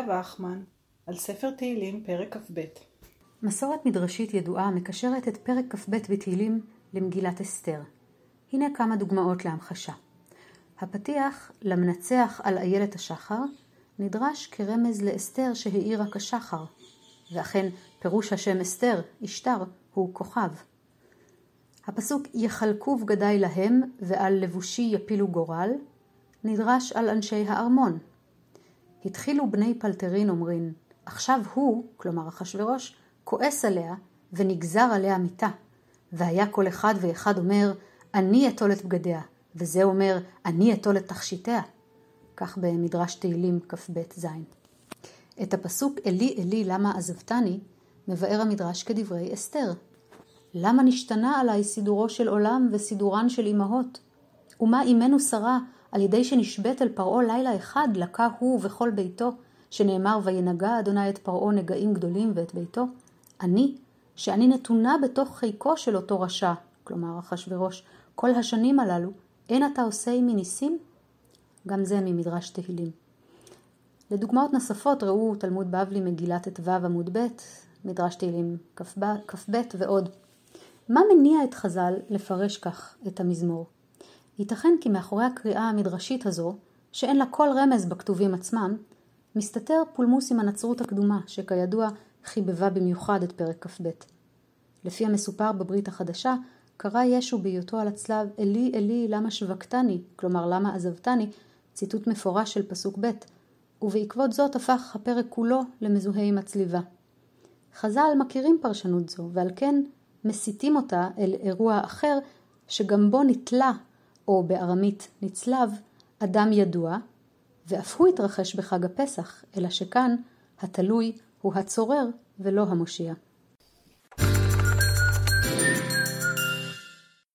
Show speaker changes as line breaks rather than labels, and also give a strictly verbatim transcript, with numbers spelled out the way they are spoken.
אביה וחמן על ספר תהילים פרק כ"ב.
מסורת מדרשית ידועה מקשרת את פרק כ"ב בתהילים למגילת אסתר. הנה כמה דוגמאות להמחשה. הפתיח למנצח על איילת השחר נדרש כרמז לאסתר שהאירה כשחר, ואכן פירוש השם אסתר, אשתר, הוא כוכב. הפסוק יחלקו בגדי להם ועל לבושי יפילו גורל נדרש על אנשי הארמון. התחילו בני פלטרין אומרין, עכשיו הוא, כלומר אחשוורוש, כועס עליה ונגזר עליה מיתה. והיה כל אחד ואחד אומר, אני אטול את בגדיה, וזה אומר, אני אטול את תכשיטיה. כך במדרש תהילים כ"ב ז'. את הפסוק אלי אלי למה עזבתני מבאר המדרש כדברי אסתר. למה נשתנה עליי סידורו של עולם וסידורן של אמהות? ומה אימנו שרה על ידי שנשבט אל פרעה לילה אחד לקה הוא וכל ביתו, שנאמר וינגע אדוני את פרעה נגעים גדולים ואת ביתו? אני, שאני נתונה בתוך חיקו של אותו רשע, כלומר אחשוורוש, כל השנים הללו, אין אתה עושה עמי ניסים? גם זה ממדרש תהילים. לדוגמאות נוספות ראו תלמוד בבלי מגילת ט"ו עמוד ב', מדרש תהילים כ"ב ועוד. מה מניע את חז"ל לפרש כך את המזמור? ייתכן כי מאחורי הקריאה המדרשית הזו, שאין לה כל רמז בכתובים עצמם, מסתתר פולמוס עם הנצרות הקדומה, שכידוע חיבבה במיוחד את פרק כ"ב. לפי המסופר בברית החדשה, קרא ישו בהיותו על הצלב, אלי אלי למה שבקתני, כלומר למה עזבתני, ציטוט מפורש של פסוק ב', ובעקבות זאת הפך הפרק כולו למזוהה עם הצליבה. חז"ל מכירים פרשנות זו, ועל כן מסיתים אותה אל אירוע אחר, שגם בו נתלה, או בארמית נצלב, אדם ידוע, ואף הוא התרחש בחג הפסח, אלא שכאן התלוי הוא הצורר ולא המושיע.